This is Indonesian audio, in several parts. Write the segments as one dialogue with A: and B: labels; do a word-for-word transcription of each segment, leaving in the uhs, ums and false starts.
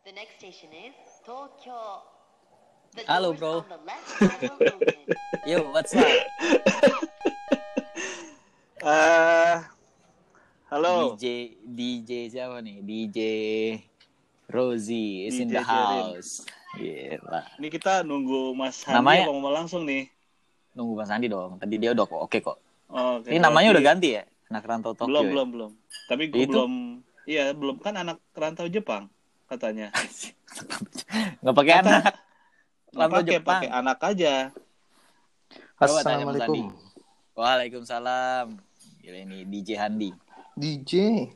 A: The next station is Tokyo. The
B: Halo,
A: doors
B: bro.
A: on the left side will open.
B: Yo, what's up?
C: Ah, halo,
B: D J D J siapa nih? D J Rosie is in
C: D J
B: the
C: Jerin.
B: house. Gila.
C: Ini kita nunggu Mas Handi
B: Namanya-
C: apa mau langsung nih?
B: Nunggu Mas Andi dong. Tadi dia udah kok oke kok.
C: Oh, oke,
B: Ini namanya
C: berarti-
B: udah ganti ya? Anak Rantau Tokyo.
C: Belum,
B: ya?
C: belum, belum. Tapi gue
B: Itu?
C: belum, iya belum kan anak rantau Jepang katanya.
B: Nggak pakai
C: Kata-
B: anak.
C: Nggak
B: Rantau
C: pakai,
B: Jepang.
C: pakai anak aja.
B: Coba tanya Mas
D: Assalamualaikum.
B: Andi. Waalaikumsalam. Gila ini D J Handi.
D: D J.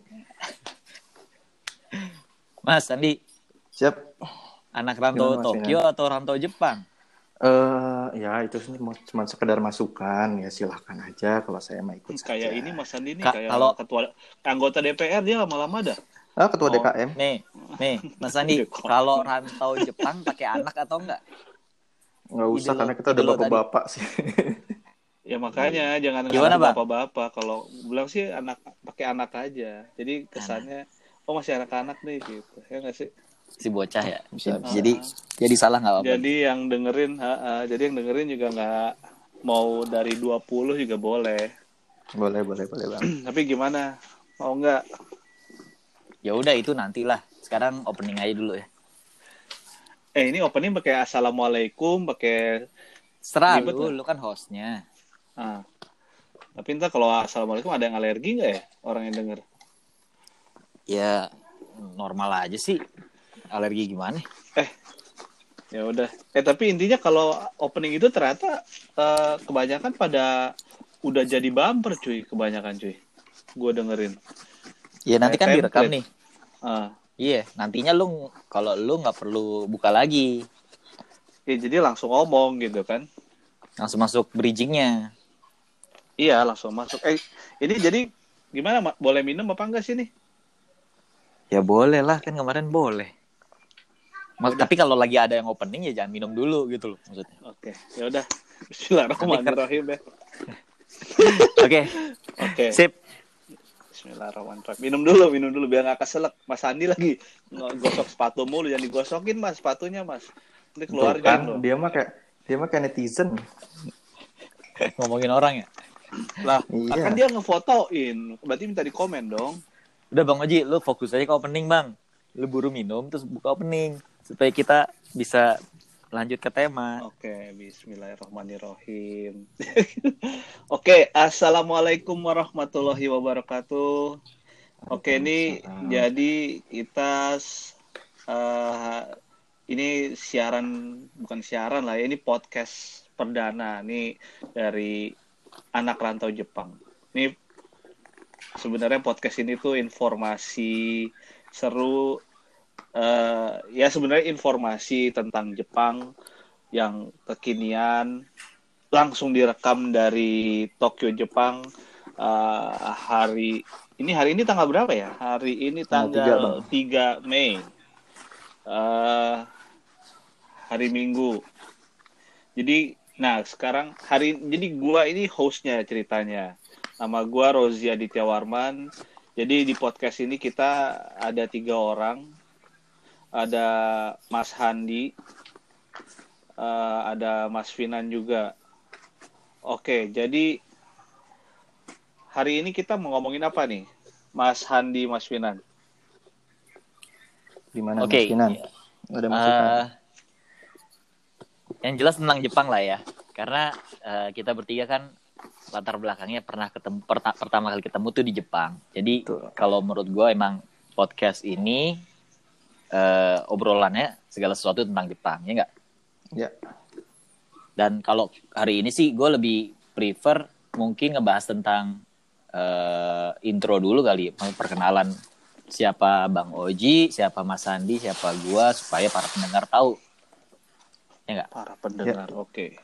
B: Mas Andi,
D: Siap.
B: anak Rantau
D: Gimana, Mas
B: Tokyo
D: Finan?
B: atau Rantau Jepang?
D: Eh, ya itu sih mau- cuma sekedar masukan, ya silahkan aja kalau saya mau ikut saja.
C: Kayak ini Mas Handi nih
B: Ka-
C: kayak
B: kalau-
C: ketua anggota D P R dia lama-lama dah.
D: Ah, ketua
C: Oh.
D: D K M.
B: Nih, nih, Mas Andi, kalau rantau Jepang pakai anak atau enggak?
D: Nggak usah
B: Ide
D: karena
B: lo-
D: kita
B: ide
D: udah
B: lo
D: bapak-bapak sih.
C: Ya makanya jangan
B: Gimana,
C: ngaku
B: Bang?
C: bapak-bapak. Kalau bilang sih anak pakai anak aja. Jadi kesannya oh masih anak-anak nih gitu. Ya nggak sih?
B: Si bocah ya.
D: Bisa,
C: bisa.
B: Jadi jadi salah nggak apa-apa.
C: Jadi yang dengerin, ha, ha, jadi yang dengerin juga nggak mau dari dua puluh juga boleh.
D: Boleh, boleh, boleh bang.
C: Tapi gimana? Mau nggak?
B: Ya udah itu nantilah. Sekarang opening aja dulu ya.
C: Eh ini opening pakai assalamualaikum, pakai.
B: Serah
C: Ribet
B: lu,
C: lah.
B: lu kan hostnya.
C: Ah. Tapi ntar kalau assalamualaikum ada yang alergi nggak ya orang yang denger?
B: Ya normal aja sih. Alergi gimana?
C: Ya udah. Eh tapi intinya kalau opening itu ternyata eh, kebanyakan pada udah jadi bumper cuy, kebanyakan cuy. Gue dengerin.
B: Ya nanti kan
C: Kayak
B: direkam
C: template.
B: nih.
C: Ah.
B: Iya, nantinya lu kalau lu nggak perlu buka lagi.
C: Ya jadi langsung ngomong gitu kan.
B: Langsung masuk bridgingnya.
C: Iya langsung masuk. Eh ini jadi gimana? Ma? Boleh minum apa enggak sih nih?
B: Ya boleh lah, kan kemarin boleh. Mak-
C: Udah.
B: tapi kalau lagi ada yang opening ya jangan minum dulu gitu loh maksudnya.
C: Oke, ya udah. Bismillahirrahmanirrahim ya.
B: Oke,
C: Oke.
B: sip.
C: Bismillahirrahmanirrahim. Minum dulu, minum dulu biar nggak keselak. Mas Andi lagi gosok sepatu mulu, jangan digosokin mas sepatunya mas. Nanti
D: Tuh
C: keluarga
D: kan,
C: loh.
D: dia mah kayak dia mah kayak netizen.
B: Ngomongin orang ya.
C: Lah,
D: Iya.
C: kan dia ngefotoin, berarti minta di komen dong.
B: Udah Bang Oji, lu fokus aja ke opening Bang. Lu buru minum terus buka opening supaya kita bisa lanjut ke tema.
C: Oke, Bismillahirrahmanirrahim. Oke, assalamualaikum warahmatullahi wabarakatuh. Oke, ini
D: Waalaikumsalam.
C: jadi kita eh, ini siaran bukan siaran lah ya, ini podcast perdana nih dari anak rantau Jepang. Ini sebenarnya podcast ini tuh informasi seru, eh, ya sebenarnya informasi tentang Jepang yang kekinian langsung direkam dari Tokyo Jepang. eh, hari ini hari ini tanggal berapa ya? Hari ini
D: Tanggal
C: tanggal
D: tiga, Bang.
C: tiga Mei. Eh, hari Minggu. Jadi nah sekarang hari jadi gua ini hostnya ceritanya. Nama gua Rozi Aditya Warman. Jadi di podcast ini kita ada tiga orang. Ada Mas Handi, eh, ada Mas Finan juga. Oke, jadi hari ini kita mau ngomongin apa nih, Mas Handi, Mas Finan?
D: Gimana
B: Oke.
D: Mas Kinan? Ada masukan?
B: Eh, yang jelas tentang Jepang lah ya. Karena eh, kita bertiga kan latar belakangnya pernah ketemu perta- pertama kali ketemu tuh di Jepang. Jadi
D: Betul.
B: kalau menurut gue emang podcast ini eh, obrolannya segala sesuatu tentang Jepang, ya enggak?
D: Ya.
B: Dan kalau hari ini sih gue lebih prefer mungkin ngebahas tentang eh, intro dulu kali, perkenalan siapa Bang Oji, siapa Mas Sandi, siapa gue, supaya para pendengar tahu. Ya enggak?
C: Para pendengar, oke.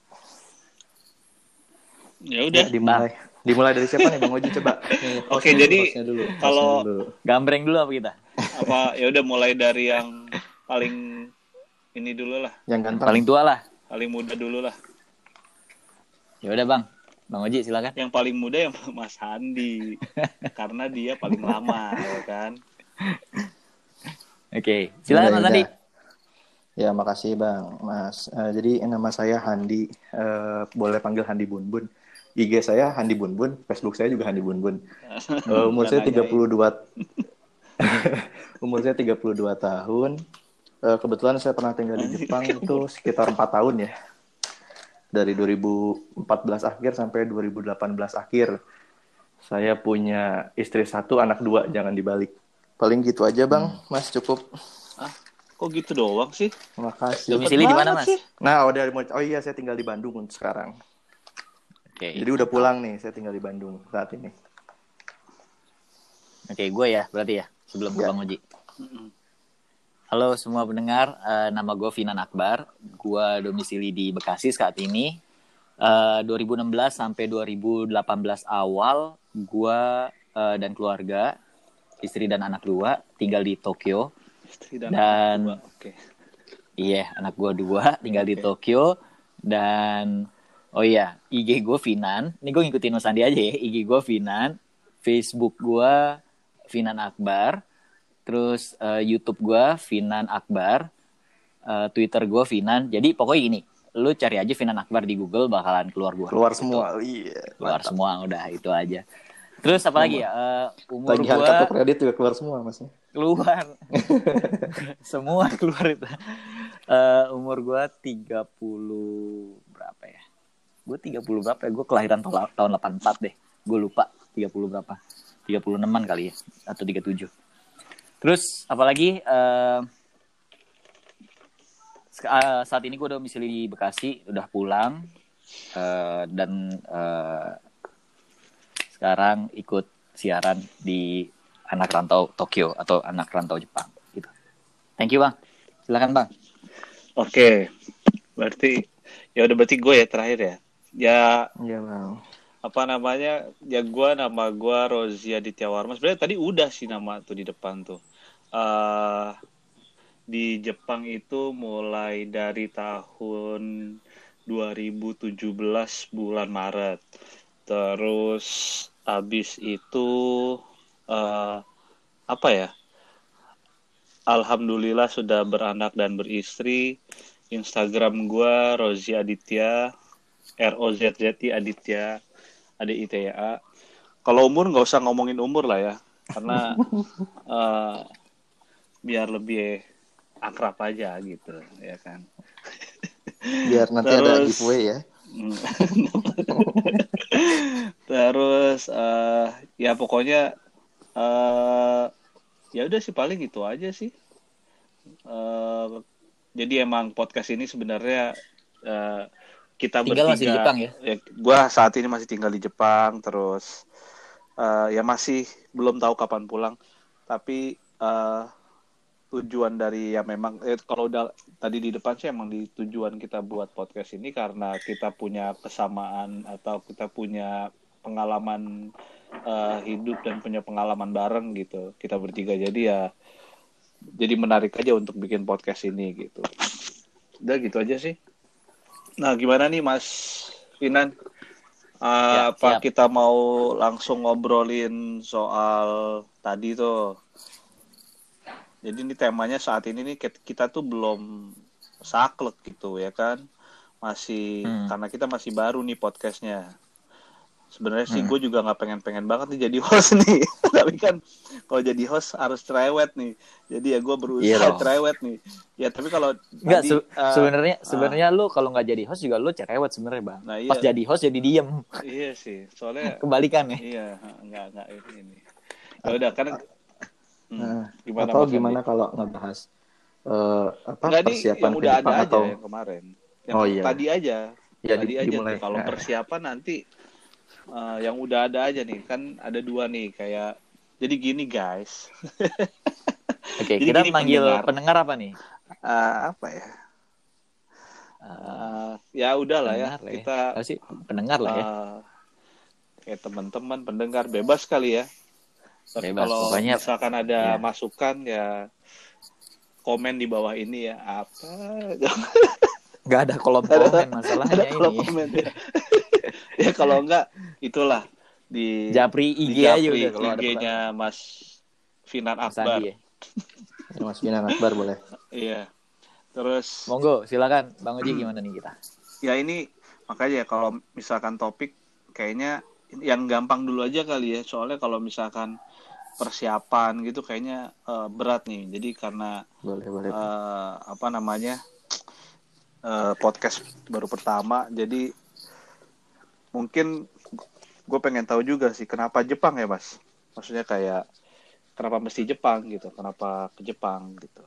C: Ya udah.
D: Ya, dimulai. Dimulai dari siapa nih Bang Oji coba? Nih,
C: Oke,
D: hostnya
C: jadi
D: dulu, hostnya dulu, hostnya
C: kalau-
D: dulu.
B: Gambreng dulu apa kita?
C: Apa ya udah mulai dari yang paling ini dulu lah,
D: yang ganteng.
B: Paling tua lah.
C: paling muda dulu lah.
B: Ya udah Bang, Bang Oji silakan.
C: Yang paling muda yang Mas Handi, karena dia paling lama, ya kan?
B: Oke, silakan
D: Udah,
B: Mas Andi.
D: udah. Ya, makasih Bang, Mas. Eh, jadi nama saya Handi. Eh, boleh panggil Handi Bunbun. I G saya Handi Bunbun, Facebook saya juga Handi Bunbun. Eh, umur
C: Nggak
D: saya
C: nanyain.
D: tiga puluh dua umur saya tiga puluh dua tahun. Eh, kebetulan saya pernah tinggal di Jepang itu sekitar empat tahun ya. Dari dua ribu empat belas akhir sampai dua ribu delapan belas akhir. Saya punya istri satu, anak dua, jangan dibalik. Paling gitu aja Bang,
B: Hmm.
D: Mas, cukup.
C: Ah, kok gitu doang sih?
D: Makasih.
B: Domisili di mana,
C: banget
B: Mas?
C: sih.
D: Nah, udah oh iya, saya tinggal di Bandung sekarang.
B: Oke.
D: Jadi udah pulang nih, saya tinggal di Bandung saat ini.
B: Oke, gue ya berarti ya sebelum ke
D: Ya.
B: Bang Oji. Halo semua pendengar, uh, nama gue Finan Akbar. Gue domisili di Bekasi saat ini. Uh, dua ribu enam belas sampai dua ribu delapan belas awal, gue uh, dan keluarga, istri dan anak dua, tinggal di Tokyo.
C: Istri dan,
B: Dan-
C: anak dua. Oke.
B: Iya, anak gue dua, tinggal di
C: Oke.
B: Tokyo. Dan, oh iya, I G gue Finan. Ini gue ngikutin Mas Andi aja ya. I G gue Finan. Facebook gue Finan Akbar. Terus uh, YouTube gue Finan Akbar. Uh, Twitter gue Finan. Jadi pokoknya gini, lu cari aja Finan Akbar di Google bakalan keluar gue.
D: Keluar semua. Iya.
B: Keluar
D: Mantap.
B: semua, udah itu aja. Terus apa lagi ya? Uh, umur
D: Tagihan
B: gue
D: kartu kredit juga keluar semua, Mas.
B: keluar. Semua keluar itu. Uh, umur gue tiga puluh berapa ya? Gue tiga puluh berapa ya? Gue kelahiran tahun, tahun delapan puluh empat deh. Gue lupa tiga puluh berapa. tiga puluh enam-an kali ya. Atau tiga puluh tujuh. Terus apalagi uh, uh, saat ini gue domisili di Bekasi. Udah pulang. Uh, dan uh, sekarang ikut siaran di Anak Rantau Tokyo atau Anak Rantau Jepang gitu. Thank you Bang. Silakan Bang.
C: Oke. Berarti ya udah berarti gue ya terakhir ya. Ya
D: Iya, Bang.
C: apa namanya? Ya gue nama gue Rozia Aditya Warma. Sebenarnya tadi udah sih nama tuh di depan tuh. Uh, di Jepang itu mulai dari tahun dua ribu tujuh belas bulan Maret. Terus habis itu uh, apa ya? Alhamdulillah sudah beranak dan beristri. Instagram gue Rozi Aditya, R O Z Z I Aditya, A D I T Y A. Kalau umur nggak usah ngomongin umur lah ya, karena uh, biar lebih akrab aja gitu, ya kan.
D: Biar nanti ada
C: Terus-
D: giveaway ya.
C: Terus uh, ya pokoknya uh, ya udah sih paling itu aja sih. Uh, jadi emang podcast ini sebenarnya uh, kita
B: Tinggal
C: bertiga.
B: masih di Jepang ya?
C: Gua saat ini masih tinggal di Jepang, terus uh, ya masih belum tahu kapan pulang. Tapi uh, tujuan dari ya memang eh, kalau udah tadi di depan sih emang di tujuan kita buat podcast ini karena kita punya kesamaan atau kita punya pengalaman uh, hidup dan punya pengalaman bareng gitu kita bertiga, jadi ya jadi menarik aja untuk bikin podcast ini gitu. Udah gitu aja sih. Nah gimana nih Mas Finan? Uh,
B: Ya,
C: apa
B: siap.
C: kita mau langsung ngobrolin soal tadi tuh? Jadi ini temanya saat ini nih kita tuh belum saklek gitu ya kan, masih
B: Hmm.
C: karena kita masih baru nih podcastnya. Sebenarnya sih
B: Hmm.
C: gue juga nggak pengen-pengen banget nih jadi host nih, tapi kan kalau jadi host harus cerewet nih. Jadi ya gue berusaha
B: Iya dong.
C: cerewet nih. Ya tapi kalau
B: Enggak,
C: tadi,
B: se-
C: uh,
B: sebenarnya
C: uh,
B: sebenarnya lu kalau nggak jadi host juga lu cerewet sebenarnya Bang.
C: Nah,
B: Pas
C: iya.
B: jadi host jadi diem.
C: iya sih, soalnya
B: Kebalikan ya.
C: iya nggak nggak ini. ini. Ya udah kan. Hmm,
D: Nah,
C: gimana
D: atau
C: Mas
D: gimana
C: Andi?
D: kalau ngebahas eh, apa
C: Nggak, ini
D: persiapan
C: yang
D: ke
C: udah
D: Jepang
C: ada
D: atau
C: aja yang kemarin. Yang
D: Oh, iya.
C: tadi aja.
D: Ya,
C: tadi
D: di-
C: aja
D: dimulai.
C: tuh. Kalau
D: Nah.
C: persiapan nanti eh, yang udah ada aja nih. Kan ada dua nih kayak jadi gini guys.
B: Oke,
C: Jadi
B: kita
C: gini,
B: manggil
C: pendengar.
B: pendengar, apa nih?
C: Eh, apa ya? Eh, ya udahlah ya.
B: Pendengar lah ya.
C: Kita
B: Apa sih? Pendengar lah ya.
C: eh, kayak teman-teman pendengar bebas kali ya. Tapi
B: Bebas,
C: kalau
B: pokoknya-
C: misalkan ada
B: iya.
C: masukan ya komen di bawah ini ya apa
B: Nggak ada kolom
C: Ada-
B: komen masalahnya
C: ada kalau
B: ini.
C: komen ya. Ya kalau enggak itulah di
B: Japri I G
C: di
B: aja
C: Japri
B: udah kalau ada
C: I G-nya Mas Finan
B: Mas
C: Akbar.
B: Andi ya.
D: Ya, Mas Binan Akbar boleh.
C: Iya. Terus
B: Monggo, silakan Bang Oji, gimana nih kita?
C: ya ini makanya kalau misalkan topik kayaknya yang gampang dulu aja kali ya. Soalnya kalau misalkan persiapan gitu kayaknya uh, berat nih. Jadi karena
D: Boleh, boleh.
C: uh, apa namanya uh, podcast baru pertama, jadi mungkin gue pengen tahu juga sih kenapa Jepang ya Mas? Maksudnya kayak kenapa mesti Jepang gitu? Kenapa ke Jepang gitu?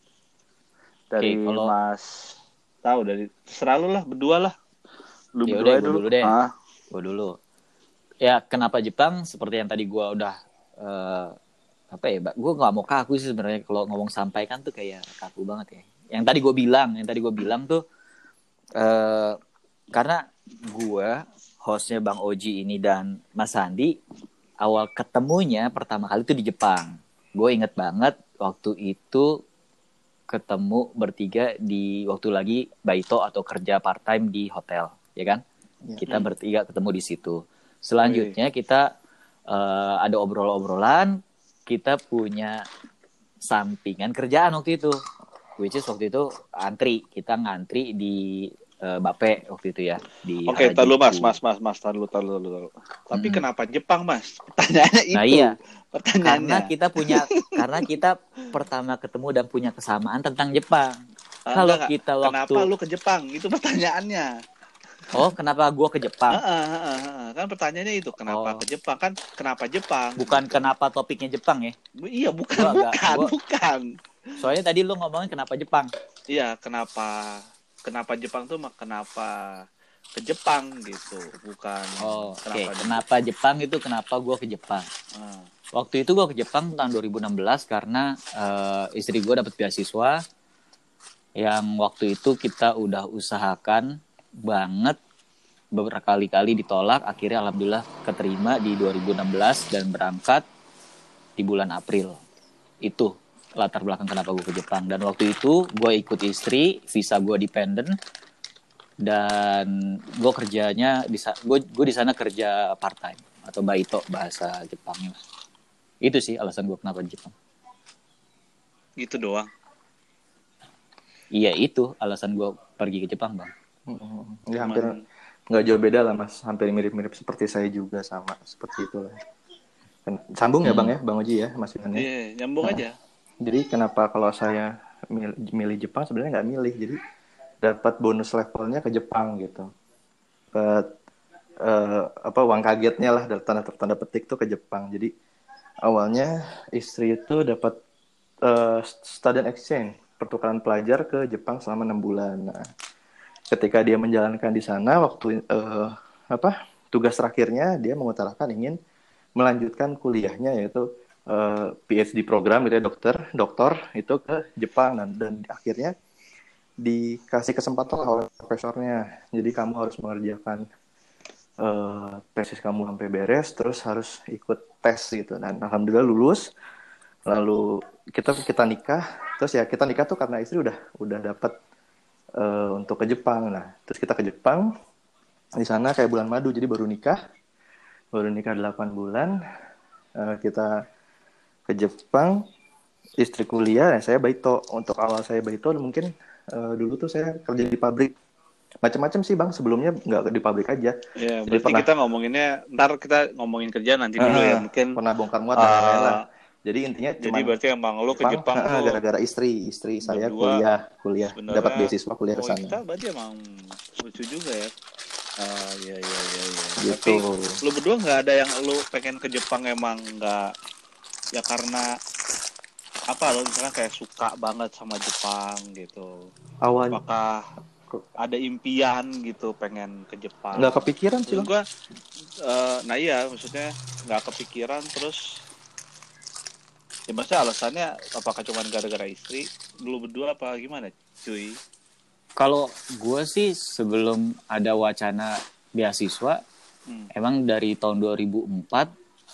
C: Dari
B: Oke, kalau
C: Mas tahu dari terserah lu lah berdua lah. Lu
B: ya
C: berdua
B: udah
C: aja
B: gue
C: dulu.
B: dulu deh.
C: Ah,
B: Gue dulu. Ya, kenapa Jepang? Seperti yang tadi gue udah eh, apa ya, gue nggak mau kaku sih sebenarnya kalau ngomong sampaikan tuh kayak kaku banget ya. Yang tadi gue bilang, yang tadi gue bilang tuh eh, karena gue hostnya Bang Oji ini dan Mas Sandi awal ketemunya pertama kali tuh di Jepang. Gue inget banget waktu itu ketemu bertiga di waktu lagi baito atau kerja part time di hotel, ya kan?
D: Ya.
B: Kita bertiga ketemu di situ. Selanjutnya kita uh, ada obrol-obrolan, kita punya sampingan kerjaan waktu itu, which is waktu itu antri, kita ngantri di uh, Bape waktu itu ya di
C: oke, tar lu Mas,
B: Harajuku.
C: Mas, Mas, Mas, tar lu, tar lu, tar lu. Tapi
B: Mm-mm.
C: kenapa Jepang Mas? Pertanyaannya itu.
B: Nah iya,
C: Pertanyaannya.
B: karena kita punya, karena kita pertama ketemu dan punya kesamaan tentang Jepang.
C: Ah,
B: Kalau
C: enggak,
B: kita
C: kenapa
B: waktu,
C: lu ke Jepang? Itu pertanyaannya.
B: oh kenapa gue ke Jepang?
C: Ah, ah, ah, ah. Kan pertanyaannya itu kenapa
B: Oh.
C: ke Jepang? Kan kenapa Jepang?
B: Bukan kenapa topiknya Jepang ya?
C: Iya, bukan,
B: Gua agak-
C: bukan,
B: gua-
C: bukan.
B: Soalnya tadi lu ngomongin kenapa Jepang.
C: Iya, kenapa kenapa Jepang tuh mak- kenapa ke Jepang gitu, bukan
B: Oh, oke.
C: kenapa di-
B: Kenapa Jepang itu kenapa gue ke Jepang?
C: Ah,
B: Waktu itu gue ke Jepang tahun dua ribu enam belas karena eh, istri gue dapat beasiswa yang waktu itu kita udah usahakan banget, beberapa kali-kali ditolak, akhirnya alhamdulillah keterima di dua ribu enam belas dan berangkat di bulan April. Itu latar belakang kenapa gue ke Jepang. Dan waktu itu gue ikut istri, visa gue dependent, dan gue kerjanya di gue gue di sana kerja part time atau baito bahasa Jepangnya. Itu sih alasan gue kenapa di Jepang.
C: gitu doang.
B: Iya itu alasan gue pergi ke Jepang, Bang.
D: Ya hampir nggak jauh beda lah Mas, hampir mirip-mirip seperti saya juga sama seperti itu lah. Sambung ya Bang ya, Bang Oji ya, Mas Binan ya.
C: Iya, nyambung aja.
D: Jadi kenapa kalau saya milih, milih Jepang sebenarnya nggak milih, jadi dapat bonus levelnya ke Jepang gitu. Dapat eh, apa uang kagetnya lah, tanda tanda petik tuh ke Jepang. Jadi awalnya istri itu dapat eh, student exchange, pertukaran pelajar ke Jepang selama enam bulan. Nah, ketika dia menjalankan di sana waktu eh, apa tugas terakhirnya dia mengutarakan ingin melanjutkan kuliahnya yaitu uh, P H D program gitu ya, dokter doktor itu ke Jepang dan, dan akhirnya dikasih kesempatan oleh profesornya, jadi kamu harus mengerjakan uh, tesis kamu sampai beres terus harus ikut tes gitu, dan alhamdulillah lulus. Lalu kita kita nikah, terus ya kita nikah tuh karena istri udah udah dapat uh, untuk ke Jepang. Nah terus kita ke Jepang, di sana kayak bulan madu, jadi baru nikah baru nikah delapan bulan, uh, kita ke Jepang, istri kuliah, ya saya baito. Untuk awal saya baito mungkin uh, dulu tuh saya kerja di pabrik, macam-macam sih Bang, sebelumnya nggak di pabrik aja.
C: Ya,
D: Jadi
C: berarti
D: pernah,
C: kita ngomonginnya, ntar kita ngomongin kerja nanti dulu
D: uh,
C: ya, mungkin.
D: pernah bongkar muat dan lain-lain lah. Jadi intinya
C: Jadi
D: cuma
C: berarti emang lo ke
D: Jepang,
C: Jepang
D: uh,
C: tuh
D: gara-gara istri, istri saya
C: berdua
D: kuliah, kuliah,
C: sebenarnya-
D: dapat beasiswa kuliah ke
C: oh,
D: sana.
C: kita berarti emang lucu juga ya. Ah, iya, iya, iya, iya.
D: Gitu.
C: Tapi lu berdua nggak ada yang lu pengen ke Jepang emang nggak, ya karena apa lo misalnya kayak suka banget sama Jepang gitu.
D: Awalnya
C: Apakah ada impian gitu pengen ke Jepang?
D: nggak kepikiran sih
C: Terus
D: Bang.
C: gua, eh, nah iya maksudnya nggak kepikiran, terus ya maksudnya alasannya apakah cuma gara-gara istri? Dulu berdua apa gimana cuy?
B: Kalau gue sih sebelum ada wacana beasiswa,
C: Hmm.
B: emang dari tahun dua ribu empat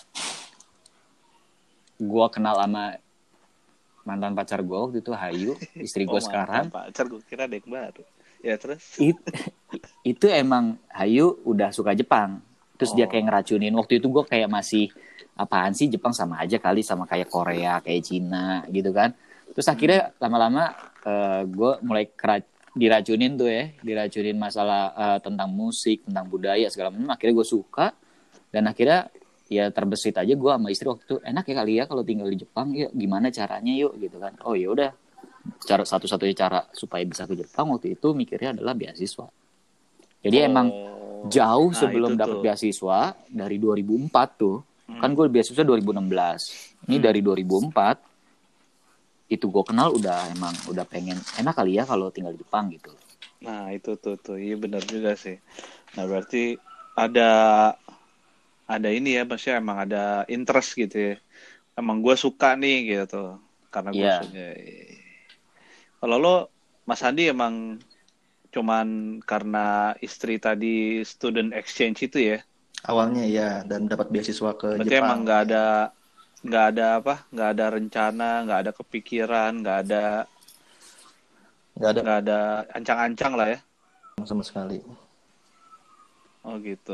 B: gue kenal sama mantan pacar gue waktu itu, Hayu, istri gue
C: Oh,
B: sekarang.
C: mantap, pacar gue kira ada yang baru. Ya terus?
B: It, itu emang Hayu udah suka Jepang. Terus dia
C: Oh.
B: kayak ngeracunin. Waktu itu gue kayak masih apaan sih Jepang, sama aja kali sama kayak Korea, kayak Cina gitu kan. Terus akhirnya lama-lama uh, gue mulai kera- diracunin tuh ya, diracunin masalah uh, tentang musik, tentang budaya segala macam. Akhirnya gue suka dan akhirnya ya terbesit aja gue sama istri waktu itu, enak ya kali ya kalau tinggal di Jepang, yuk gimana caranya yuk gitu kan. Oh ya udah, cara satu-satunya cara supaya bisa ke Jepang waktu itu mikirnya adalah beasiswa. Jadi
C: Oh.
B: emang jauh
C: Nah,
B: sebelum
C: itu
B: dapat
C: tuh.
B: beasiswa dari dua ribu empat tuh.
C: Hmm.
B: Kan gue beasiswa dua ribu enam belas. Ini
C: Hmm.
B: dari dua ribu empat itu gue kenal udah emang udah pengen enak kali ya kalau tinggal di Jepang gitu.
C: Nah, itu tuh tuh. Iya benar juga sih. Nah, berarti ada ada ini ya, maksudnya emang ada interest gitu ya. Emang gue suka nih gitu. Karena gue
B: Iya.
C: suka. Kalau lo, Mas Andi emang cuman karena istri tadi student exchange itu ya.
D: Awalnya ya, dan dapat beasiswa ke
C: Berarti
D: Jepang.
C: emang nggak ada nggak ada apa? Nggak ada rencana, nggak ada kepikiran, nggak ada
D: Nggak ada
C: nggak ada ancang-ancang lah ya.
D: sama sekali.
C: Oh gitu.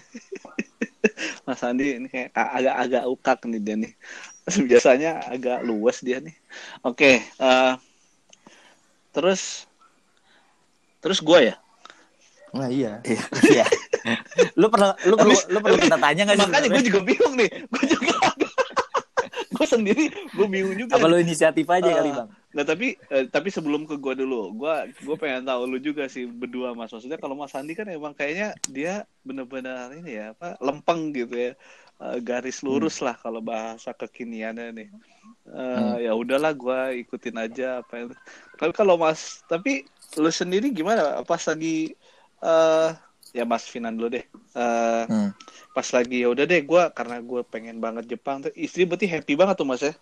C: Mas Andi ini kayak agak-agak ukak nih dia nih. Biasanya agak luas dia nih. Oke, eh, terus terus gue ya.
D: Nah iya.
B: Iya. Lu perlu lu perlu lu perlu kita tanya nggak sih?
C: Makanya gue juga bingung nih. Gue juga gue sendiri gue bingung juga.
B: Apa lu inisiatif aja
C: Uh,
B: kali bang?
C: Nah tapi eh, tapi sebelum ke gue dulu, gue gue pengen tahu lu juga sih berdua Mas. Maksudnya kalau Mas Andi kan emang kayaknya dia benar-benar ini ya apa lempeng gitu ya. Eh, garis lurus lah kalau bahasa kekiniannya nih. Eh,
B: Hmm.
C: Ya udahlah gue ikutin aja apa yang. Tapi kalau Mas, tapi lu sendiri gimana? Pas lagi eh ya Mas Finan dulu deh. Eh,
B: Hmm.
C: Pas lagi ya udah deh gue karena gue pengen banget Jepang tuh istri berarti happy banget tuh Mas ya.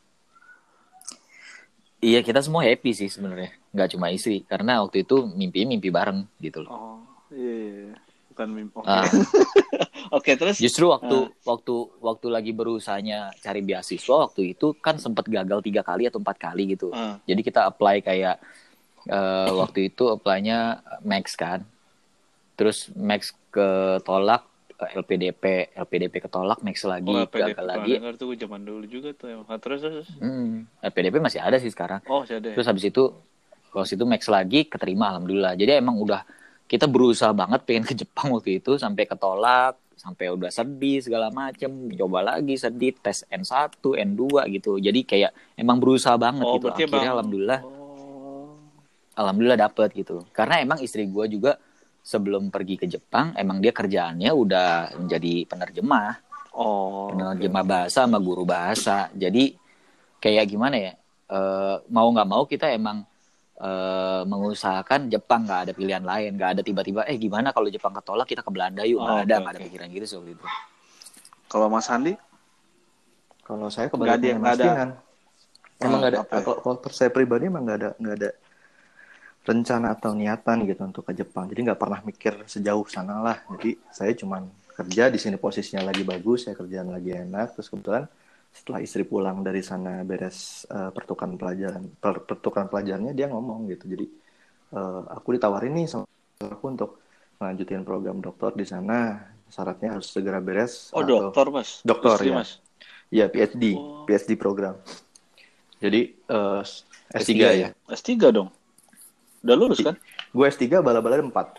B: Iya kita semua happy sih sebenarnya, nggak cuma istri, karena waktu itu mimpi mimpi bareng gitu loh.
C: Oh iya, bukan mimpi. Oke.
B: Ah,
C: Oke terus.
B: justru waktu
C: Ah.
B: waktu waktu lagi berusahanya cari beasiswa waktu itu kan sempat gagal tiga kali atau empat kali gitu.
C: Ah.
B: Jadi kita apply kayak eh, waktu itu apply-nya Max kan, terus Max ketolak, eh, L P D P L P D P ketolak, Max lagi
C: Oh L P D P
B: gagal
C: pernah
B: lagi.
C: dengar tuh gue zaman dulu juga tuh emang. Ah, terus terus.
B: Hmm, L P D P masih ada sih sekarang.
C: Oh masih ada. Ya?
B: Terus habis itu kalau situ Max lagi keterima alhamdulillah. Jadi emang udah kita berusaha banget pengen ke Jepang waktu itu sampai ketolak, sampai udah sedih segala macem, coba lagi sedih tes N satu, N dua gitu. Jadi kayak emang berusaha banget
C: Oh
B: gitu.
C: berarti
B: Akhirnya
C: emang.
B: alhamdulillah
C: Oh.
B: alhamdulillah dapet gitu. Karena emang istri gue juga sebelum pergi ke Jepang emang dia kerjaannya udah menjadi penerjemah,
C: Oh.
B: penerjemah bahasa sama guru bahasa. Jadi kayak gimana ya? Eh, mau nggak mau kita emang eh, mengusahakan Jepang, nggak ada pilihan lain, nggak ada tiba-tiba eh gimana kalau Jepang ketolak kita ke Belanda yuk, nggak
C: Oh,
B: ada
C: oke,
B: nggak ada
C: oke.
B: pikiran gitu soal itu.
C: Kalau Mas Andi?
D: Kalau saya
C: Nggak ada-
D: kebaliknya
C: nggak
D: Mas
C: ada.
D: Finan. Emang
C: Ah,
D: nggak ada.
C: apa ya?
D: Kalau, kalau saya pribadi emang nggak ada nggak ada rencana atau niatan gitu untuk ke Jepang. Jadi nggak pernah mikir sejauh sana lah. Jadi saya cuman kerja di sini posisinya lagi bagus, saya kerjaan lagi enak. Terus kebetulan setelah istri pulang dari sana beres uh, pertukaran pelajaran, per, pertukaran pelajarannya dia ngomong gitu. Jadi uh, aku ditawarin nih sama aku untuk melanjutin program doktor di sana. Syaratnya harus segera beres.
C: Oh
D: atau
C: dokter Mas.
D: Dokter,
C: Istri,
D: ya.
C: Mas.
D: Ya P H D,
C: Oh.
D: P H D program. Jadi uh, S tiga ya.
C: S tiga dong. Udah lulus kan?
D: Gue S tiga bala-bala empat.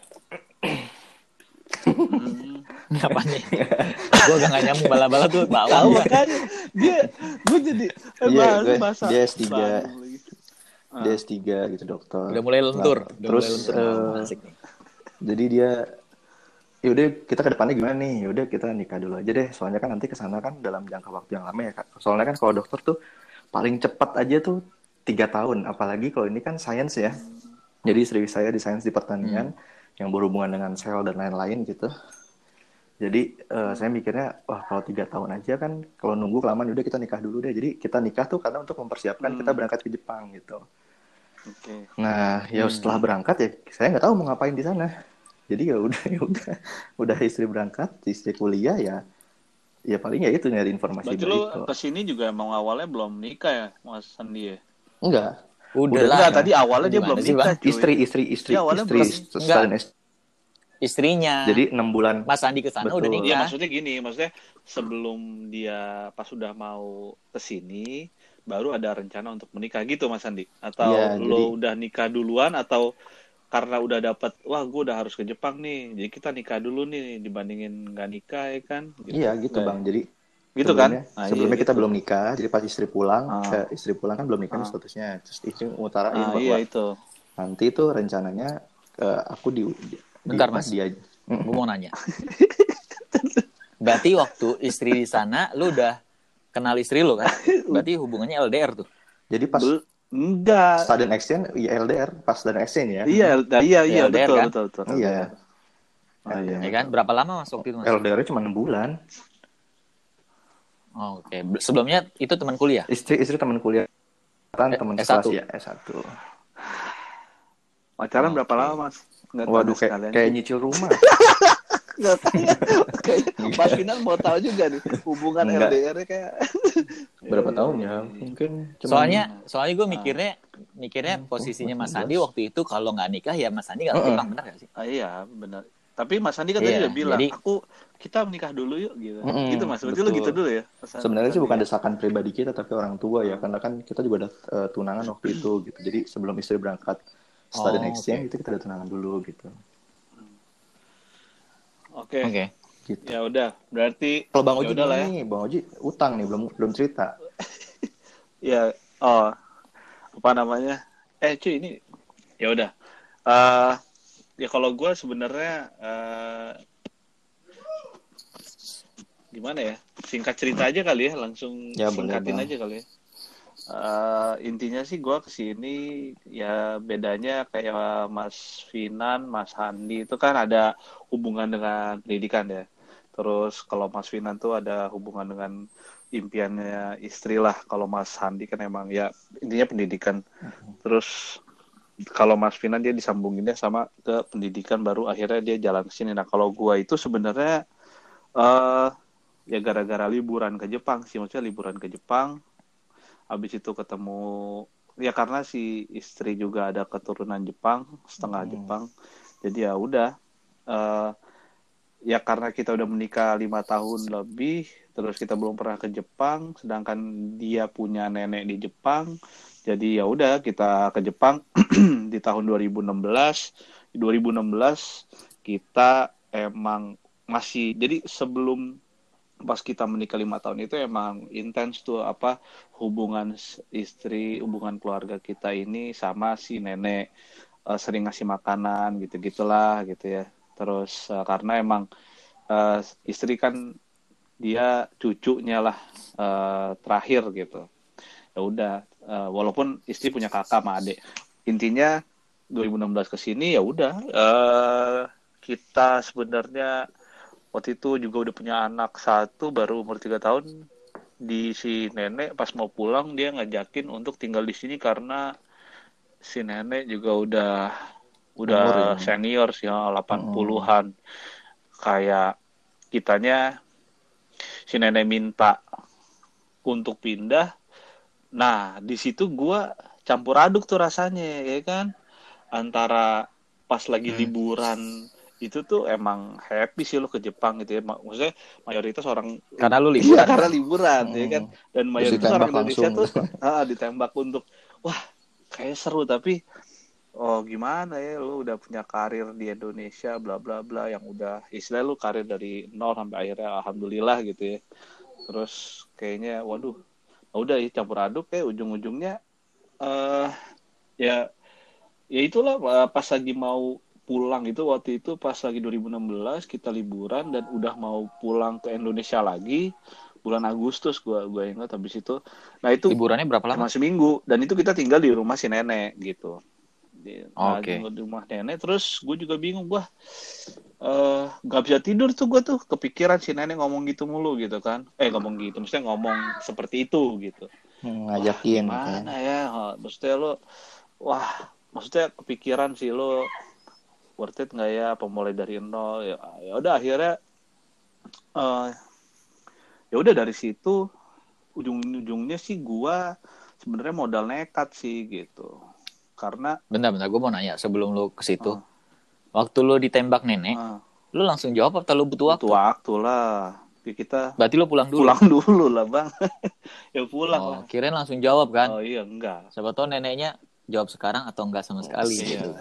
C: Hmm.
B: Apa nih? Gue gak nggak nyambung bala-bala tuh
C: Tahu
B: bawang.
C: makanya dia gue jadi eh,
D: Iya,
C: bahasa
D: gue-
C: bahasa
D: dia S tiga.
C: Bandung lagi. Ah.
D: Dia S tiga gitu dokter.
B: Udah mulai lentur,
D: Nah,
B: udah
D: terus
B: mulai lentur.
D: eh,
B: Asik nih.
D: jadi dia yaudah kita ke depannya gimana nih? Yaudah kita nikah dulu aja deh. Soalnya kan nanti ke sana kan dalam jangka waktu yang lama ya Kak. Soalnya kan kalau dokter tuh paling cepat aja tuh tiga tahun. Apalagi kalau ini kan sains ya. Jadi istri saya di sains di pertanian yang berhubungan dengan sel dan lain-lain gitu. Jadi eh, saya mikirnya wah kalau tiga tahun aja kan kalau nunggu kelamaan udah kita nikah dulu deh. Jadi kita nikah tuh karena untuk mempersiapkan kita berangkat ke Jepang gitu.
C: Oke.
D: Nah, ya setelah berangkat ya saya nggak tahu mau ngapain di sana. Jadi ya udah ya udah udah istri berangkat, istri kuliah ya ya paling ya itu nyari informasi
C: Berarti
D: dari
C: lu
D: itu.
C: kesini juga emang awalnya belum nikah ya Mas Andi ya?
D: Enggak.
B: Udah
D: Udah
B: lah.
C: Enggak, tadi awalnya dia
B: Gimana
C: belum
B: sih,
C: nikah,
B: Bang?
C: cuy.
D: Istri istri istri
C: Dia awalnya
D: istri
C: belum-
D: sekalian istri.
B: Istrinya.
D: Jadi enam bulan.
B: Mas Andi ke sana udah
D: Betul.
B: nikah.
C: Iya maksudnya gini, maksudnya sebelum dia pas sudah mau kesini, baru ada rencana untuk menikah gitu Mas Andi? Atau
D: Iya,
C: lo
D: jadi
C: udah nikah duluan atau karena udah dapat wah gue udah harus ke Jepang nih jadi kita nikah dulu nih dibandingin nggak nikah ya kan
D: iya
C: gitu
D: gitu
C: nggak ya?
D: Bang. Jadi
C: Gitu kan?
D: sebelumnya
C: Ah iya
D: sebelumnya kita
C: gitu.
D: belum nikah. Jadi pas istri pulang,
C: Ah,
D: eh, istri pulang kan belum nikah nih
C: ah,
D: statusnya. Terus istri ngutarain
C: ah iya
D: bahwa
C: itu.
D: nanti tuh rencananya eh, aku di, di di
B: Bentar
D: apa
B: Mas,
D: dia
B: gue mau nanya. Berarti waktu istri di sana, lu udah kenal istri lu kan? Berarti hubungannya L D R tuh.
D: jadi pas
C: Bel enggak.
D: sudden exchange ya L D R, pas sudden exchange ya.
C: Iya, nah, iya,
B: Ya
C: iya,
B: L D R
C: betul,
B: kan?
C: betul, betul,
D: Iya,
C: L D R. Oh iya,
B: Ya
D: L D R.
B: kan?
C: betul.
B: Berapa lama Mas waktu itu Mas?
D: L D R-nya cuma enam bulan.
B: Oh, oke. Okay. Sebelumnya itu teman kuliah?
D: Istri istri teman kuliah, kan
B: Eh,
D: teman
B: S
D: sekelas
B: satu?
D: ya S satu.
C: Pacaran
B: Oh,
C: berapa
B: oke.
C: lama, Mas? Nggak tanya
D: Waduh, kayak
C: sekalian
D: kayak
C: sih.
D: nyicil rumah.
C: Nggak tanya. Kayak Mas Final mau tahu juga nih hubungan
D: Enggak.
C: L D R-nya kayak
D: Berapa
C: Iya,
D: tahun
C: iya,
D: ya?
C: iya, iya.
D: Mungkin cuma
B: Soalnya, soalnya gue
C: Ah,
B: mikirnya, mikirnya posisinya Mas Sandi
D: delapan belas.
B: waktu itu kalau nggak nikah ya Mas Sandi nggak ke
D: Heeh.
B: Jepang, benar nggak sih?
C: ah, iya, benar. Tapi Mas Andi kan tadi
B: Iya,
C: udah bilang,
B: jadi
C: aku kita menikah dulu yuk gitu.
D: Mm-mm,
C: Gitu Mas, berarti lo gitu
D: betul.
C: dulu ya? Pesan
D: Sebenarnya sih
C: Sandi
D: bukan
C: ya.
D: desakan pribadi kita tapi orang tua ya,
C: Ah,
D: karena kan kita juga ada eh, tunangan waktu itu gitu. Jadi sebelum istri berangkat student
B: oh, oke.
D: exchange itu kita ada tunangan dulu gitu.
C: Oke,
B: Oke.
D: Gitu.
C: ya udah. Berarti
D: Kalau Bang
C: ya
D: Oji
C: udah
D: gimana
C: lah ya.
D: nih? Bang Oji utang nih belum belum cerita.
C: Ya, oh, apa namanya? Eh, cuy, ini ya udah. Eh, ya kalau gue sebenarnya eh, gimana ya? Singkat cerita aja kali ya, langsung
D: Ya boleh
C: singkatin
D: Bang.
C: aja kali ya. Eh, intinya sih gue kesini ya bedanya kayak Mas Finan, Mas Handi itu kan ada hubungan dengan pendidikan ya. Terus kalau Mas Finan tuh ada hubungan dengan impiannya istri lah. Kalau Mas Handi kan emang ya intinya pendidikan. Terus kalau Mas Finan dia disambunginnya sama ke pendidikan baru akhirnya dia jalan ke sini. Nah kalau gue itu sebenarnya eh ya gara-gara liburan ke Jepang sih, maksudnya liburan ke Jepang. Habis itu ketemu ya karena si istri juga ada keturunan Jepang, setengah
D: Hmm.
C: Jepang. Jadi ya udah eh, ya karena kita udah menikah lima tahun lebih, terus kita belum pernah ke Jepang, sedangkan dia punya nenek di Jepang. Jadi ya udah kita ke Jepang di tahun dua ribu enam belas. Di dua ribu enam belas kita emang masih jadi sebelum pas kita menikah lima tahun itu emang intens tuh apa hubungan istri, hubungan keluarga kita ini sama si nenek. Eh, sering ngasih makanan gitu gitulah gitu ya. Terus eh, karena emang eh, istri kan dia cucunya lah eh, terakhir gitu. Ya udah eh, walaupun istri punya kakak sama adik. Intinya dua ribu enam belas ke sini ya udah eh, kita sebenarnya waktu itu juga udah punya anak satu baru umur tiga tahun. Di si nenek pas mau pulang dia ngajakin untuk tinggal di sini karena si nenek juga udah udah
D: Umur ya.
C: senior sih ya, delapan
D: Mm-mm.
C: puluhan. Kayak kitanya si nenek minta untuk pindah. Nah, di situ gua campur aduk tuh rasanya ya kan. Antara pas lagi
D: Hmm.
C: liburan itu tuh emang happy sih lo ke Jepang gitu ya. Maksudnya mayoritas orang
B: Karena lu
C: iya
B: liburan.
C: karena
B: Kan?
C: liburan ya
D: Mm-mm.
C: kan. Dan
D: Terus
C: mayoritas
D: ditembak
C: orang Indonesia
D: langsung.
C: tuh ah, ditembak untuk wah kayak seru tapi oh gimana ya lu udah punya karir di Indonesia bla bla bla yang udah istilah lu karir dari nol sampai akhirnya alhamdulillah gitu ya. Terus kayaknya waduh udah ya campur aduk kayak ujung-ujungnya eh ya ya itulah eh, pas lagi mau pulang itu waktu itu pas lagi dua ribu enam belas kita liburan dan udah mau pulang ke Indonesia lagi bulan Agustus gua gua ingat habis itu. Nah itu
B: Liburannya berapa lama?
C: cuma seminggu dan itu kita tinggal di rumah si nenek gitu. Di, nah,
B: Oke.
C: tinggal di rumah nenek terus gue juga bingung gua eh nggak bisa tidur tuh gue tuh kepikiran si nenek ngomong gitu mulu gitu kan eh ngomong gitu maksudnya ngomong seperti itu gitu
D: Hmm,
C: wah
D: ngajakin
C: gimana
D: kayak.
C: ya Ha, maksudnya lo wah maksudnya kepikiran sih lo worth it nggak ya apa mulai dari nol ya ya udah akhirnya eh ya udah dari situ ujung-ujungnya sih gua sebenarnya modal nekat sih gitu karena
B: Bentar-bentar, gue mau nanya sebelum lu ke situ.
C: eh,
B: Waktu lu ditembak nenek,
C: eh,
B: lu langsung jawab atau lu butuh waktu?
C: butuh waktu lah kita
B: Berarti lo pulang dulu.
C: pulang dulu lah bang. Ya pulang
B: Oh,
C: lah.
B: kirain langsung jawab kan.
C: Oh iya enggak.
B: Siapa tahu neneknya jawab sekarang atau enggak sama sekali
C: iya.
B: gitu.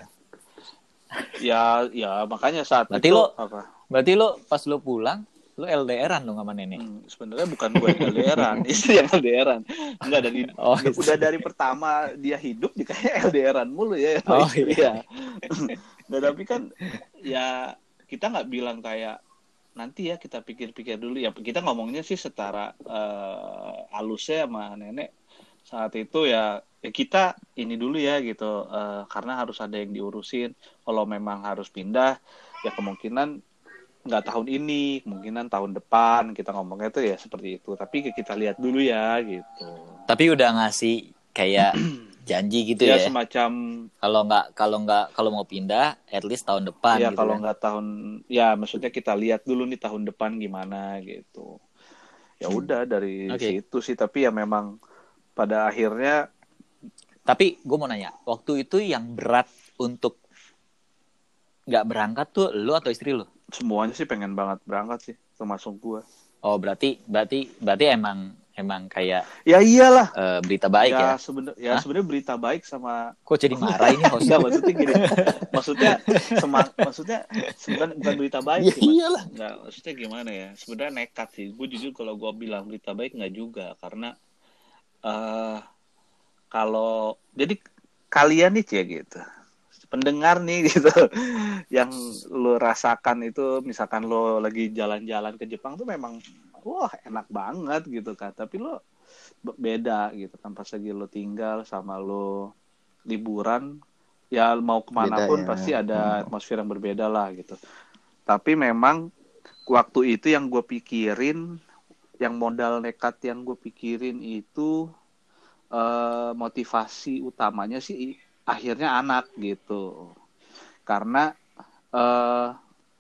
C: Ya ya makanya saat
B: Berarti
C: itu
B: lo-
C: apa?
B: Berarti lo pas lo pulang, lo L D R-an dong sama nenek.
C: Hmm, sebenarnya bukan gue yang L D R-an, istri yang L D R-an. Enggak dari
B: Oh,
C: udah,
B: istri.
C: udah dari pertama dia hidup dia kayak L D R-an mulu ya.
B: Oh,
C: istri
B: iya.
C: ya. Nah, tapi kan ya kita nggak bilang kayak nanti ya kita pikir-pikir dulu ya. Kita ngomongnya sih setara uh, halusnya sama nenek saat itu ya, ya kita ini dulu ya gitu uh, karena harus ada yang diurusin. Kalau memang harus pindah ya kemungkinan nggak tahun ini, kemungkinan tahun depan kita ngomongnya tuh ya seperti itu. Tapi kita lihat dulu ya gitu.
B: Tapi udah ngasih kayak janji gitu
C: Ya,
B: ya.
C: semacam
B: Kalau nggak kalau nggak kalau mau pindah, at least tahun depan
C: ya
B: gitu
C: kalau
B: kan.
C: nggak tahun ya maksudnya kita lihat dulu nih tahun depan gimana gitu. Ya udah dari
B: Oke.
C: situ sih. Tapi ya memang pada akhirnya
B: Tapi gue mau nanya, waktu itu yang berat untuk nggak berangkat tuh lo atau istri lo?
C: semuanya sih pengen banget berangkat sih, termasuk gua.
B: Oh berarti berarti berarti emang emang kayak
C: Ya iyalah.
B: eh, berita baik ya?
C: Ya sebenarnya ya
B: Hah?
C: sebenarnya berita baik sama
B: Kok jadi marah ini host?
C: enggak maksudnya gini. Maksudnya semang maksudnya sebenarnya bukan berita baik
B: Ya
C: sih, Mas.
B: iyalah.
C: Enggak, maksudnya gimana ya? Sebenarnya nekat sih. Gue jujur kalau gue bilang berita baik nggak juga karena eh kalau jadi kalian nih ya gitu. Pendengar nih gitu yang lo rasakan itu misalkan lo lagi jalan-jalan ke Jepang tuh memang wah enak banget gitu kan, tapi lo beda gitu kan pas lagi lo tinggal sama lo liburan ya mau kemanapun
D: Beda ya.
C: pasti ada atmosfer yang berbeda lah gitu. Tapi memang waktu itu yang gue pikirin, yang modal nekat yang gue pikirin itu eh, motivasi utamanya sih akhirnya anak gitu. Karena eh,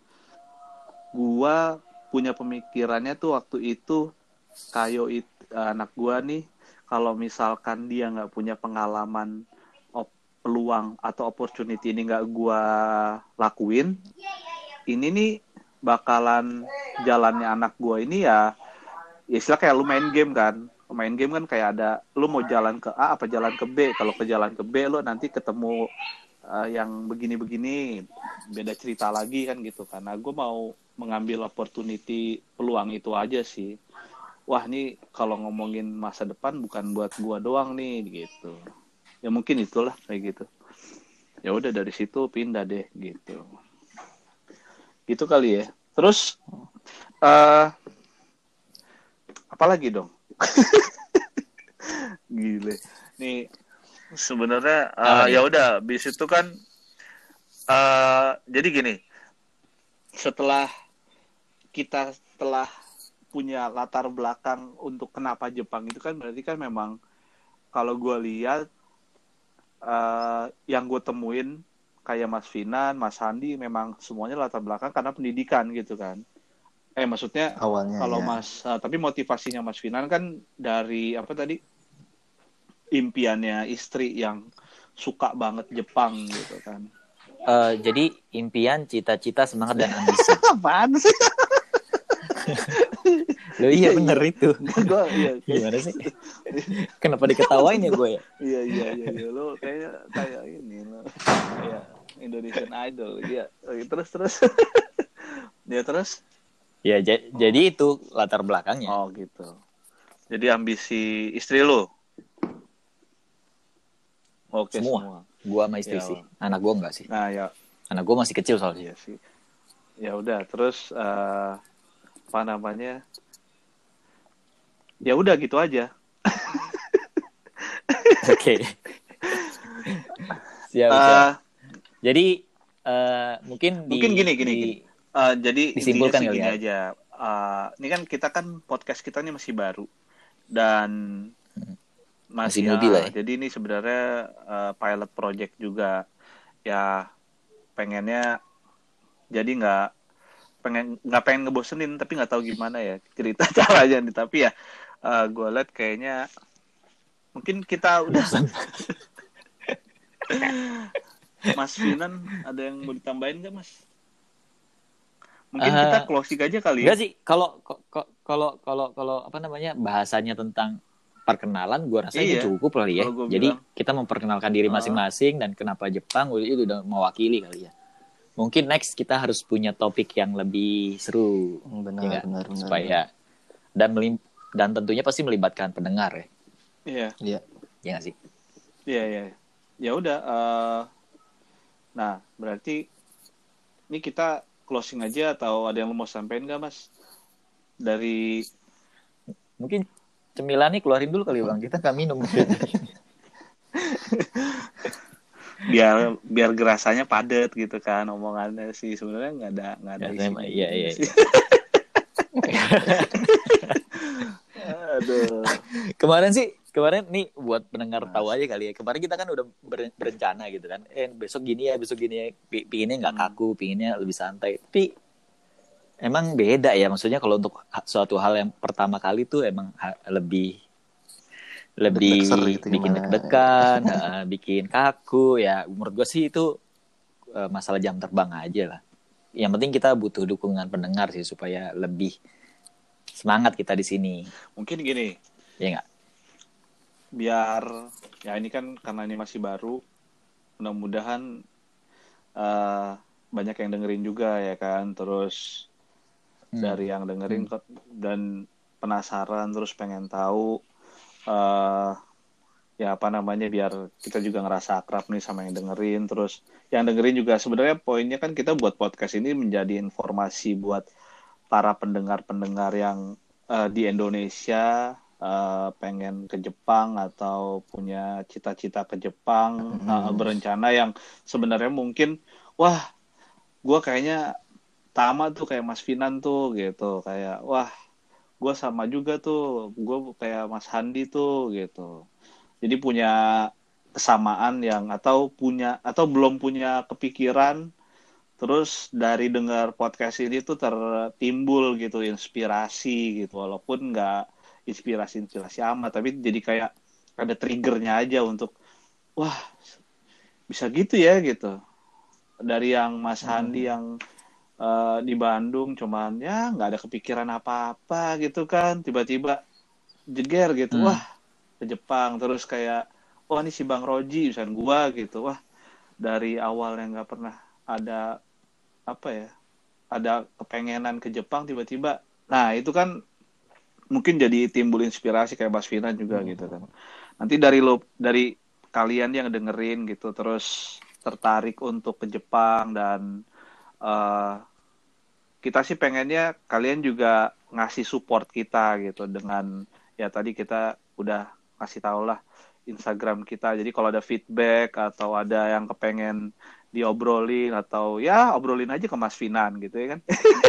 C: gua punya pemikirannya tuh waktu itu Kayo it, anak gua nih kalau misalkan dia nggak punya pengalaman op, peluang atau opportunity ini nggak gua lakuin, ini nih bakalan jalannya anak gua ini ya, ya istilah kayak lu main game kan. Main game kan kayak ada lu mau jalan ke A apa jalan ke B. Kalau ke jalan ke B lu nanti ketemu uh, yang begini-begini, beda cerita lagi kan gitu. Karena gue mau mengambil opportunity peluang itu aja sih. Wah nih kalau ngomongin masa depan bukan buat gue doang nih gitu. Ya mungkin itulah kayak gitu. Ya udah dari situ pindah deh gitu. Gitu kali ya. Terus uh, apa lagi dong? Gile. Nih sebenarnya uh, ya udah bis itu kan uh, jadi gini. Setelah kita telah punya latar belakang untuk kenapa Jepang itu kan berarti kan memang kalau gue lihat uh, yang gue temuin kayak Mas Finan, Mas Handi memang semuanya latar belakang karena pendidikan gitu kan. Eh maksudnya
D: Awalnya
C: kalau
D: ya.
C: Mas uh, tapi motivasinya Mas Finan kan dari apa tadi impiannya istri yang suka banget Jepang gitu kan.
B: Uh, jadi impian, cita-cita, semangat dan ambisi.
C: Apaan sih?
B: Lo iya bener itu.
C: Gue iya.
B: Gimana sih? Kenapa diketawain ya gue ya?
C: Iya iya iya iya lo kayak kayak ini lo kayak Indonesian Idol dia. Oke, terus terus. Dia terus
B: Ya j- jadi itu latar belakangnya.
C: oh gitu. Jadi ambisi istri lo. Oke
B: Semua.
C: semua.
B: Gua sama istri
C: Ya,
B: sih. Anak gua enggak sih.
C: Nah ya
B: Anak gua masih kecil soalnya.
C: iya sih. Ya udah terus eh, apa namanya? Ya udah gitu aja.
B: Oke. Siap,
C: Eh,
B: siap. Jadi eh, mungkin di,
C: mungkin gini gini.
B: di-
C: gini. Eh, jadi
B: disimpulkan
C: intinya sih
B: kali
C: gini
B: ya.
C: aja. Eh, ini kan kita kan podcast kita ini masih baru dan
B: Masih
C: masih
B: newbie
C: ya,
B: lah ya.
C: jadi ini sebenarnya eh, pilot project juga ya pengennya jadi nggak pengen nggak pengen ngebosenin tapi nggak tahu gimana ya cerita caranya nih tapi ya eh, gue liat kayaknya mungkin kita udah Mas Finan ada yang mau ditambahin nggak Mas? Mungkin
B: Uh,
C: kita closing aja kali ya.
B: Enggak sih, kalau ko- ko- kalau kalau kalau apa namanya bahasanya tentang perkenalan, gue rasa
C: Iya,
B: ini cukup kali ya.
C: kalau gua
B: Jadi
C: bilang.
B: kita memperkenalkan diri
C: Ah.
B: masing-masing dan kenapa Jepang itu udah mewakili kali ya. Mungkin next kita harus punya topik yang lebih seru,
D: Benar,
B: ya nggak?
D: benar, benar.
B: Supaya dan melim- dan tentunya pasti melibatkan pendengar ya,
C: Iya,
D: Iya.
B: ya nggak sih?
C: iya, iya. Ya udah. eh, nah, berarti ini kita closing aja atau ada yang lu mau sampaikan nggak, Mas? Dari
B: Mungkin cemilannya keluarin dulu kali bang, kita nggak minum.
C: biar biar gerasanya padat gitu kan omongannya sih, sebenarnya nggak ada nggak ada
B: Ya,
C: isinya
B: saya- iya,
C: juga
B: iya,
C: sih. Aduh.
B: Kemarin sih, kemarin nih buat pendengar
C: Mas.
B: tahu aja kali ya. Kemarin kita kan udah ber- berencana gitu kan. Eh besok gini ya, besok gini ya. P- Pinginnya nggak
C: Hmm.
B: kaku, pinginnya lebih santai. Tapi emang beda ya. Maksudnya kalau untuk ha- suatu hal yang pertama kali tuh emang ha- lebih lebih
D: Deg-deg ser gitu
B: bikin
D: gimana.
B: deg-degan, eh, bikin kaku ya. Menurut gue sih itu eh, masalah jam terbang aja lah. Yang penting kita butuh dukungan pendengar sih supaya lebih semangat kita di sini.
C: Mungkin gini,
B: Ya nggak?
C: biar ya ini kan karena ini masih baru, mudah-mudahan eh, banyak yang dengerin juga ya kan, terus
B: Hmm.
C: dari yang dengerin ke- dan penasaran terus pengen tahu eh ya apa namanya, biar kita juga ngerasa akrab nih sama yang dengerin, terus yang dengerin juga sebenarnya poinnya kan kita buat podcast ini menjadi informasi buat para pendengar-pendengar yang eh, di Indonesia eh, pengen ke Jepang atau punya cita-cita ke Jepang, eh, berencana yang sebenarnya mungkin wah gue kayaknya Tama tuh kayak Mas Finan tuh gitu, kayak wah gue sama juga tuh, gue kayak Mas Handi tuh gitu, jadi punya kesamaan yang atau punya atau belum punya kepikiran, terus dari dengar podcast ini tuh tertimbul gitu inspirasi gitu, walaupun nggak inspirasi-inspirasi amat, tapi jadi kayak ada triggernya aja untuk wah bisa gitu ya gitu, dari yang Mas Handi yang eh, di Bandung cuman ya nggak ada kepikiran apa-apa gitu kan, tiba-tiba jeger gitu,
B: Hmm.
C: wah ke Jepang, terus kayak wah ini si Bang Roji misalnya gua gitu, wah dari awal yang nggak pernah ada apa ya, ada kepengenan ke Jepang tiba-tiba, nah itu kan mungkin jadi timbul inspirasi kayak Mas Finan juga gitu kan, nanti dari lo dari kalian yang dengerin gitu terus tertarik untuk ke Jepang, dan eh, kita sih pengennya kalian juga ngasih support kita gitu dengan ya tadi kita udah kasih tau lah Instagram kita, jadi kalau ada feedback atau ada yang kepengen diobrolin atau ya obrolin aja ke Mas Finan gitu ya kan.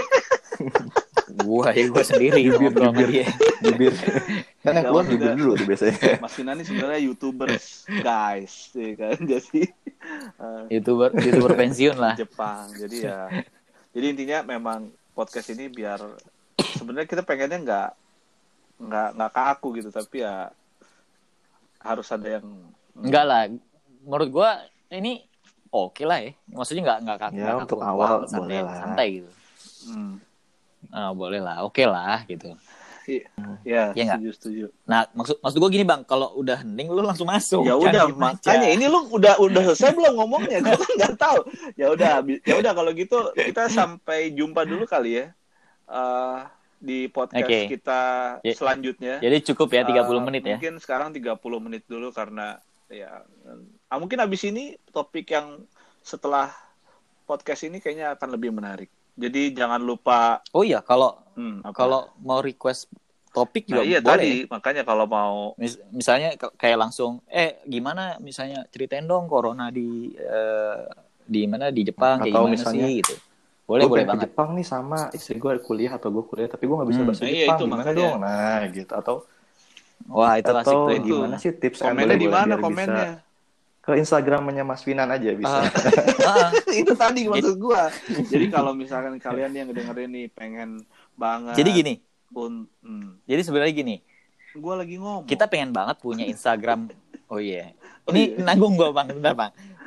B: Gua ya gua sendiri
D: Bibir,
B: ngobrol sama
D: bibir.
B: dia.
D: Bibir. Kan yang keluar
C: Jawab
D: bibir
C: udah.
D: dulu tuh biasanya.
C: Mas Finan ini sebenarnya YouTubers guys ya kan, jadi eh,
B: YouTuber YouTuber pensiun lah.
C: Jepang, jadi ya jadi intinya memang podcast ini biar sebenarnya kita pengennya nggak nggak nggak kaku gitu, tapi ya harus ada yang
B: Enggak lah. Menurut gua ini oke lah ya. Maksudnya enggak enggak kaku.
D: Ya,
B: enggak
D: untuk
B: kaku.
D: awal
B: santai,
D: boleh lah.
B: santai gitu.
C: hmm,
B: Ah, boleh lah. Oke lah gitu.
C: ya
B: Ya nggak?
C: setuju setuju.
B: Nah, maksud maksud gua gini, Bang, kalau udah hening lu langsung masuk.
C: Ya
B: Jangan
C: udah,
B: diem
C: makanya
B: aja.
C: ini lu udah udah selesai belum ngomongnya? Gue kan nggak tahu. Ya udah, bi- ya udah kalau gitu kita sampai jumpa dulu kali ya eh, di podcast
B: Oke.
C: kita
B: Ya-
C: selanjutnya.
B: Jadi cukup ya tiga puluh
C: Eh,
B: menit ya.
C: Mungkin sekarang tiga puluh menit dulu karena ya ah, mungkin habis ini topik yang setelah podcast ini kayaknya akan lebih menarik. Jadi jangan lupa
B: Oh iya, kalau
C: hmm, apa?
B: kalau mau request topik
C: Nah,
B: juga
C: iya
B: boleh.
C: tadi makanya kalau mau
B: Mis- misalnya k- kayak langsung eh gimana misalnya ceritain dong corona di eh, di mana di Jepang kayak
D: Atau
B: gimana
D: misalnya,
B: sih gitu. Boleh
D: Gue
B: boleh
D: pengen ke
B: banget.
D: Jepang nih sama istri gue kuliah atau gue kuliah tapi gue nggak bisa
B: Hmm.
D: bahasa
C: Nah, iya,
D: Jepang,
C: itu
D: gimana
C: makanya.
D: dong? Nah gitu, atau
B: Wah, itu asik
D: atau
B: tuh.
C: itu.
D: gimana sih tips and
C: komennya
D: trick
C: di mana
D: biar
C: komennya?
D: bisa ke Instagramnya Mas Finan aja bisa.
B: Ah,
C: Itu tadi maksud gua. Jadi kalau misalkan kalian yang dengerin nih pengen banget.
B: jadi gini,
C: Un, hmm,
B: jadi sebenarnya gini,
C: gua lagi ngomong.
B: kita pengen banget punya Instagram. Oh iya.
C: Oh
B: Ini
C: iya.
B: nanggung gua Bang, bentar Bang.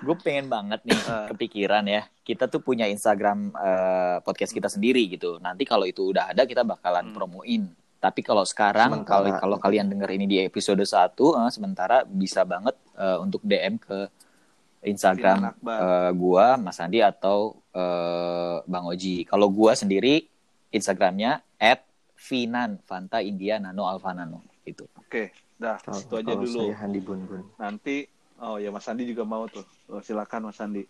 B: gue pengen banget nih
C: Ah.
B: kepikiran ya. Kita tuh punya Instagram eh, podcast kita sendiri gitu. Nanti kalau itu udah ada kita bakalan
C: Hmm.
B: promoin. Tapi kalau sekarang kalau
D: Sementara.
B: kalau kalian denger ini di episode satu, eh, sementara bisa banget eh, untuk D M ke Instagram
C: Finan Akbar.
B: eh, gua, Mas Andi atau eh, Bang Oji. Kalau gua sendiri Instagramnya at Finan Fanta India Nano Alfa Nano gitu.
C: Oke, dah
D: Kalau,
C: situ aja
D: kalau
C: dulu.
D: saya Handi Bun Bun.
C: Nanti oh ya Mas Andi juga mau tuh. Oh, silakan Mas Andi.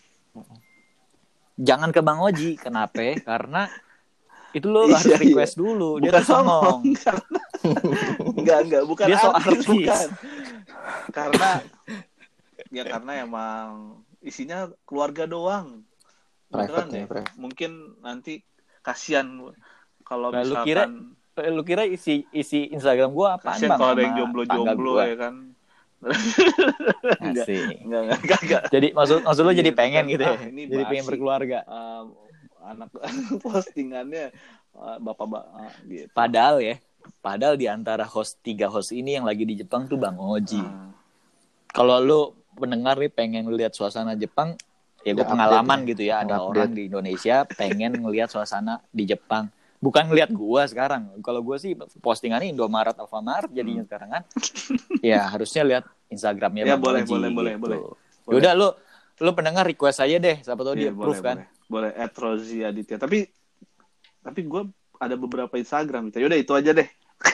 B: Jangan ke Bang Oji, kenapa? Karena itu lo
C: Iya,
B: harus
C: iya.
B: request dulu. Dia
C: Bukan
B: udah songong.
C: karena enggak enggak bukan
B: Dia so
C: artis,
B: artis.
C: bukan. Karena ya karena emang isinya keluarga doang. Beneran
D: Private ya,
C: ya.
D: private.
C: Mungkin nanti kasihan kalau
B: Nah, lu
C: misalkan
B: kira Lu kira isi isi Instagram gua apaan,
C: kasihan
B: Bang?
C: kalau ada yang
B: Sama
C: jomblo-jomblo
B: tangga gua?
C: ya kan. Enggak,
B: Asik.
C: enggak, enggak, enggak, enggak.
B: Jadi maksud maksud lu
C: Iya,
B: jadi
C: itu
B: pengen
C: kan,
B: gitu ya.
C: ah, ini
B: Jadi pengen
C: basi.
B: berkeluarga.
C: Um, anak postingannya uh, bapak-bapak gitu.
B: Padahal ya, padahal di antara host tiga host ini yang lagi di Jepang tuh Bang Oji.
C: Ah.
B: Kalau lu pendengar nih pengen lihat suasana Jepang, ya gue
D: Ya,
B: pengalaman
D: update ya.
B: gitu ya. Ada
D: Update.
B: orang di Indonesia pengen ngelihat suasana di Jepang. Bukan ngelihat gua sekarang. Kalau gua sih postingannya Indomaret, Alfamart jadinya
C: Hmm.
B: sekarang kan. Ya harusnya lihat Instagramnya
C: Ya,
B: Bang
C: boleh,
B: Oji
C: boleh, boleh,
B: gitu.
C: boleh.
B: Yaudah lu lu pendengar request aja deh. Siapa tahu
C: Iya,
B: dia
C: boleh,
B: approve kan.
C: boleh. Boleh at Rozi Aditya. Tapi tapi gue ada beberapa Instagram gitu. Yaudah itu aja deh.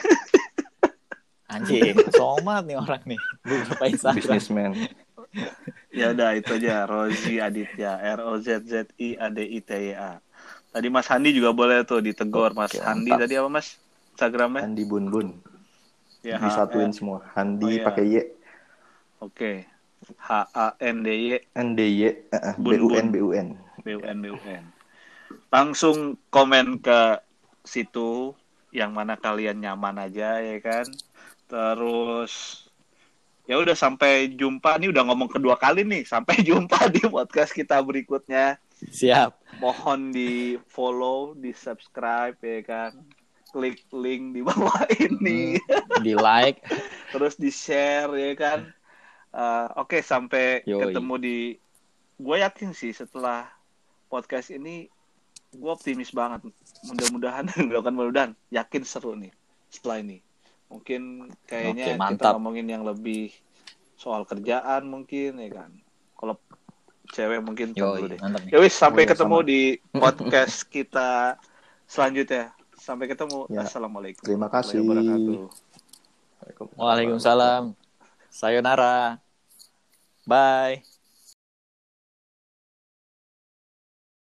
B: Anjing, somat nih orang nih. Beberapa Instagram.
D: Businessman.
C: Ya udah itu aja Rozi Aditya R O Z Z I A D I T Y A. Tadi Mas Handi juga boleh tuh ditegur. Mas
D: Oke,
C: Handi
D: mantap.
C: tadi apa Mas Instagramnya?
D: Handi Bun Bun.
C: Ya,
D: Disatuin
C: H-
D: semua.
C: Oh,
D: Handi
C: iya.
D: pakai Y.
C: Oke. H A N D Y
D: N D Y. Uh, B
C: Bun
D: U
C: Bun.
D: N B U N.
C: B U N B U N. Langsung komen ke situ yang mana kalian nyaman aja ya kan. Terus ya udah sampai jumpa nih udah ngomong kedua kali nih. Sampai jumpa di podcast kita berikutnya.
B: Siap.
C: Mohon di follow, di subscribe ya kan. Klik link di bawah ini.
B: Di like.
C: Terus di share ya kan. Uh, Oke sampai
B: Yoi.
C: ketemu di. Gue yakin sih setelah podcast ini gue optimis banget. Mudah-mudahan bukan mudah-mudahan yakin seru nih setelah ini. Mungkin kayaknya
B: Oke,
C: kita
B: mantap.
C: ngomongin yang lebih soal kerjaan mungkin ya kan. Kalau cewek mungkin ntar dulu
B: Yoi,
C: deh.
B: mantap nih.
C: Ya wis sampai
D: Oh, ya,
C: ketemu
D: sama.
C: di podcast kita selanjutnya. Sampai ketemu.
D: Ya.
C: Assalamualaikum.
D: Terima kasih.
C: warahmatullahi wabarakatuh.
B: Waalaikumsalam. Sayonara. Bye.